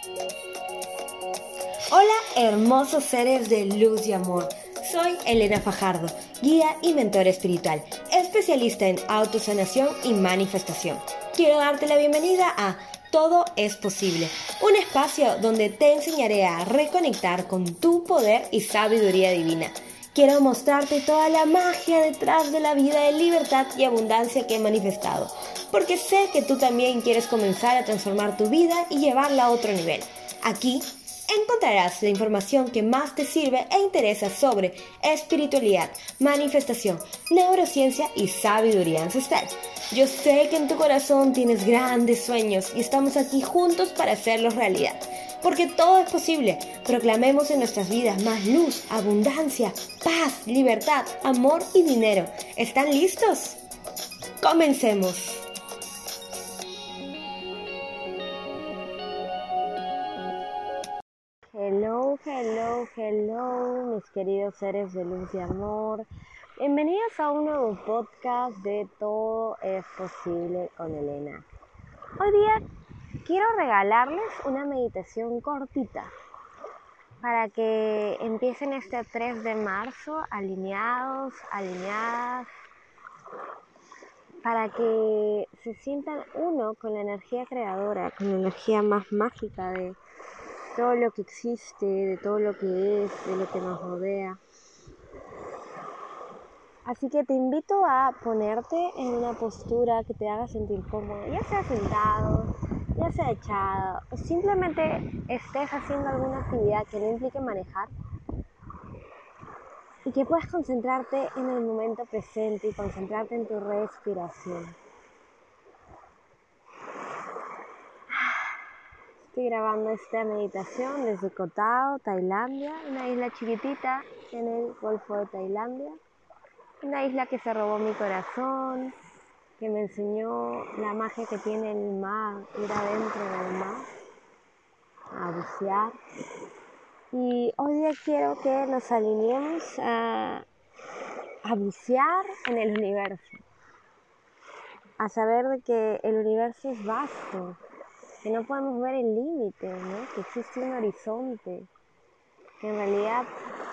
Hola hermosos seres de luz y amor, soy Elena Fajardo, guía y mentora espiritual, especialista en autosanación y manifestación. Quiero darte la bienvenida a Todo es Posible, un espacio donde te enseñaré a reconectar con tu poder y sabiduría divina. Quiero mostrarte toda la magia detrás de la vida de libertad y abundancia que he manifestado, porque sé que tú también quieres comenzar a transformar tu vida y llevarla a otro nivel. Aquí encontrarás la información que más te sirve e interesa sobre espiritualidad, manifestación, neurociencia y sabiduría ancestral. Yo sé que en tu corazón tienes grandes sueños y estamos aquí juntos para hacerlos realidad. Porque todo es posible. Proclamemos en nuestras vidas más luz, abundancia, paz, libertad, amor y dinero. ¿Están listos? ¡Comencemos! Hello, mis queridos seres de luz y amor. Bienvenidos a un nuevo podcast de Todo es Posible con Elena. Hoy día quiero regalarles una meditación cortita para que empiecen este 3 de marzo alineadas, para que se sientan uno con la energía creadora, con la energía más mágica de todo lo que existe, de todo lo que es, de lo que nos rodea. Así que te invito a ponerte en una postura que te haga sentir cómodo, ya sea sentado, ya sea echado, o simplemente estés haciendo alguna actividad que no implique manejar y que puedas concentrarte en el momento presente y concentrarte en tu respiración. Estoy grabando esta meditación desde Koh Tao, Tailandia, una isla chiquitita en el Golfo de Tailandia, una isla que se robó mi corazón, que me enseñó la magia que tiene el mar, ir adentro del mar, a bucear. Y hoy día quiero que nos alineemos a bucear en el universo, a saber de que el universo es vasto, que no podemos ver el límite, ¿no? Que existe un horizonte, que en realidad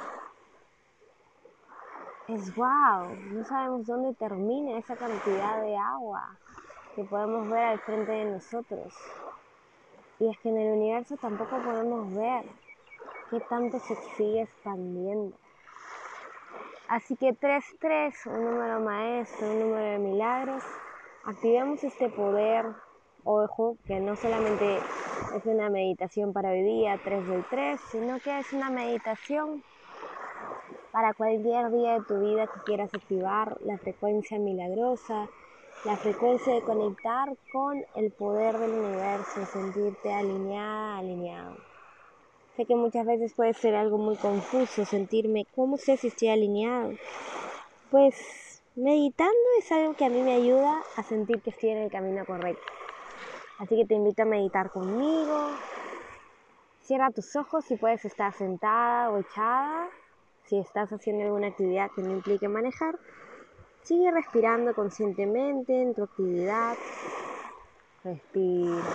es wow, no sabemos dónde termina esa cantidad de agua que podemos ver al frente de nosotros. Y es que en el universo tampoco podemos ver qué tanto se sigue expandiendo. Así que 3-3, un número maestro, un número de milagros, activemos este poder. Ojo, que no solamente es una meditación para hoy día, 3 del 3, sino que es una meditación para cualquier día de tu vida que quieras activar la frecuencia milagrosa, la frecuencia de conectar con el poder del universo, sentirte alineada, alineado. Sé que muchas veces puede ser algo muy confuso sentirme, ¿cómo sé si estoy alineado? Pues meditando es algo que a mí me ayuda a sentir que estoy en el camino correcto. Así que te invito a meditar conmigo. Cierra tus ojos si puedes estar sentada o echada. Si estás haciendo alguna actividad que no implique manejar, sigue respirando conscientemente en tu actividad. Respira.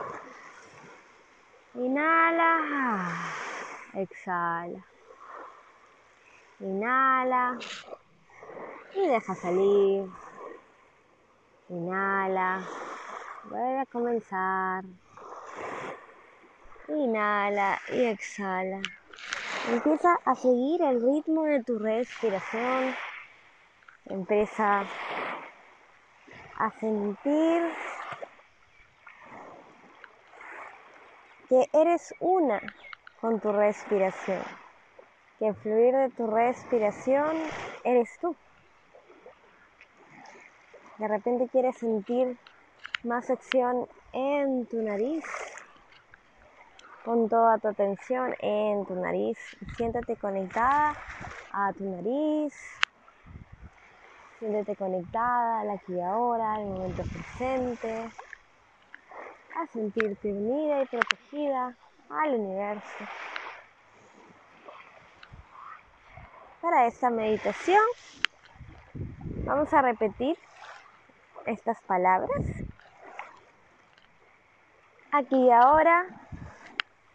Inhala. Exhala. Inhala. Y deja salir. Inhala. Vuelve a comenzar. Inhala y exhala. Empieza a seguir el ritmo de tu respiración. Empieza a sentir que eres una con tu respiración. Que el fluir de tu respiración eres tú. De repente quieres sentir más acción en tu nariz. Pon toda tu atención en tu nariz. Siéntate conectada a tu nariz. Siéntete conectada al aquí y ahora, al momento presente. A sentirte unida y protegida al universo. Para esta meditación vamos a repetir estas palabras. Aquí y ahora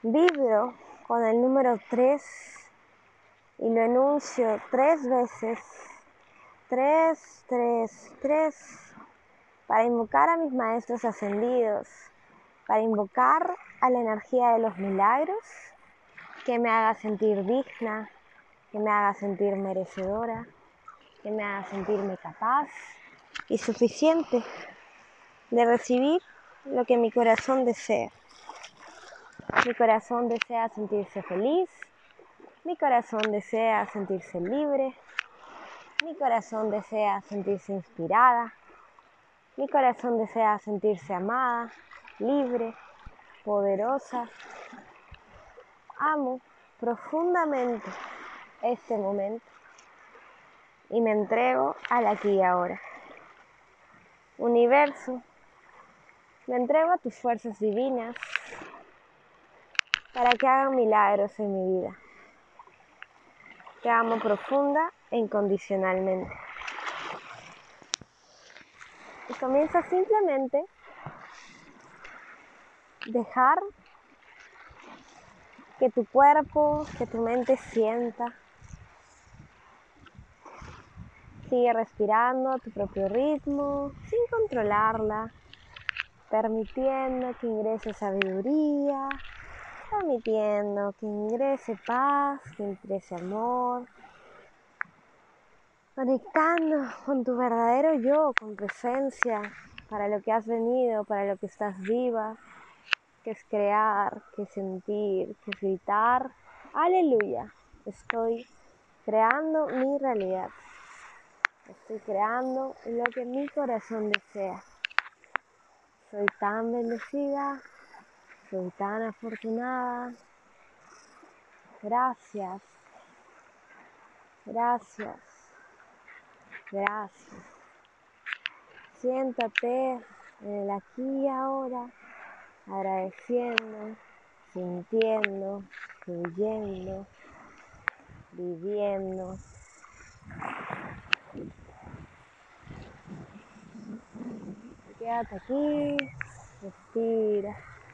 Vibro con el número 3 y lo enuncio 3 veces. 3, 3, 3. Para invocar a mis maestros ascendidos. Para invocar a la energía de los milagros. Que me haga sentir digna. Que me haga sentir merecedora. Que me haga sentirme capaz y suficiente de recibir lo que mi corazón desea. Mi corazón desea sentirse feliz, mi corazón desea sentirse libre, mi corazón desea sentirse inspirada, mi corazón desea sentirse amada, libre, poderosa. Amo profundamente este momento y me entrego al aquí y ahora. Universo, me entrego a tus fuerzas divinas para que hagan milagros en mi vida. Te amo profunda e incondicionalmente. Y comienza simplemente dejar que tu cuerpo, que tu mente sienta. Sigue respirando a tu propio ritmo, sin controlarla, permitiendo que ingrese sabiduría, permitiendo que ingrese paz, que ingrese amor, conectando con tu verdadero yo, con tu esencia, para lo que has venido, para lo que estás viva, que es crear, que es sentir, que es gritar. Aleluya, estoy creando mi realidad. Estoy creando lo que mi corazón desea. Soy tan bendecida, soy tan afortunada. Gracias, gracias, gracias. Siéntate en el aquí y ahora, agradeciendo, sintiendo, fluyendo, viviendo. Quédate aquí, respira.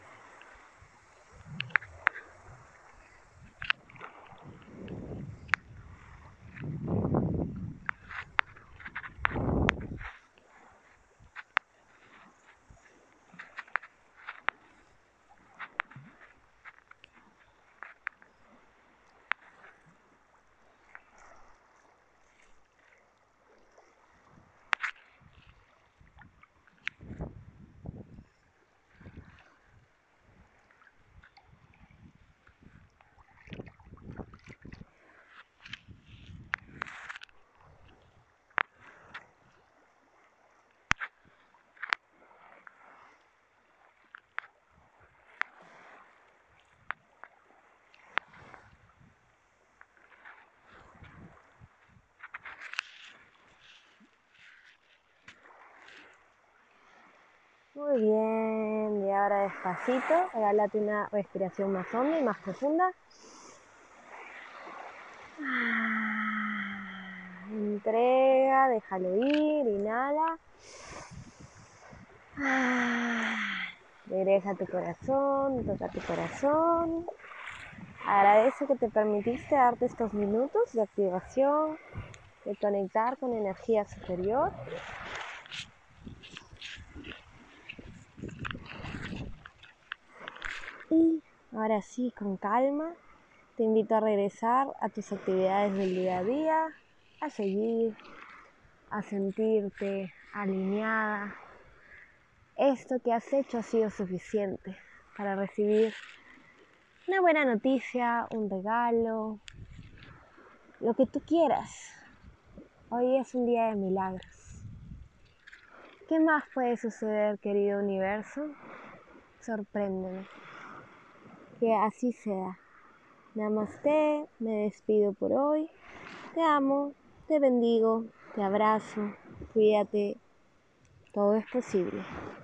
Muy bien, y ahora despacito, regálate una respiración más honda y más profunda. Entrega, déjalo ir, inhala. Regresa a tu corazón, toca tu corazón. Agradece que te permitiste darte estos minutos de activación, de conectar con energía superior. Y ahora sí, con calma, te invito a regresar a tus actividades del día a día, a seguir, a sentirte alineada. Esto que has hecho ha sido suficiente para recibir una buena noticia, un regalo, lo que tú quieras. Hoy es un día de milagros. ¿Qué más puede suceder, querido universo? Sorpréndeme. Que así sea. Namaste, me despido por hoy. Te amo, te bendigo, te abrazo, cuídate. Todo es posible.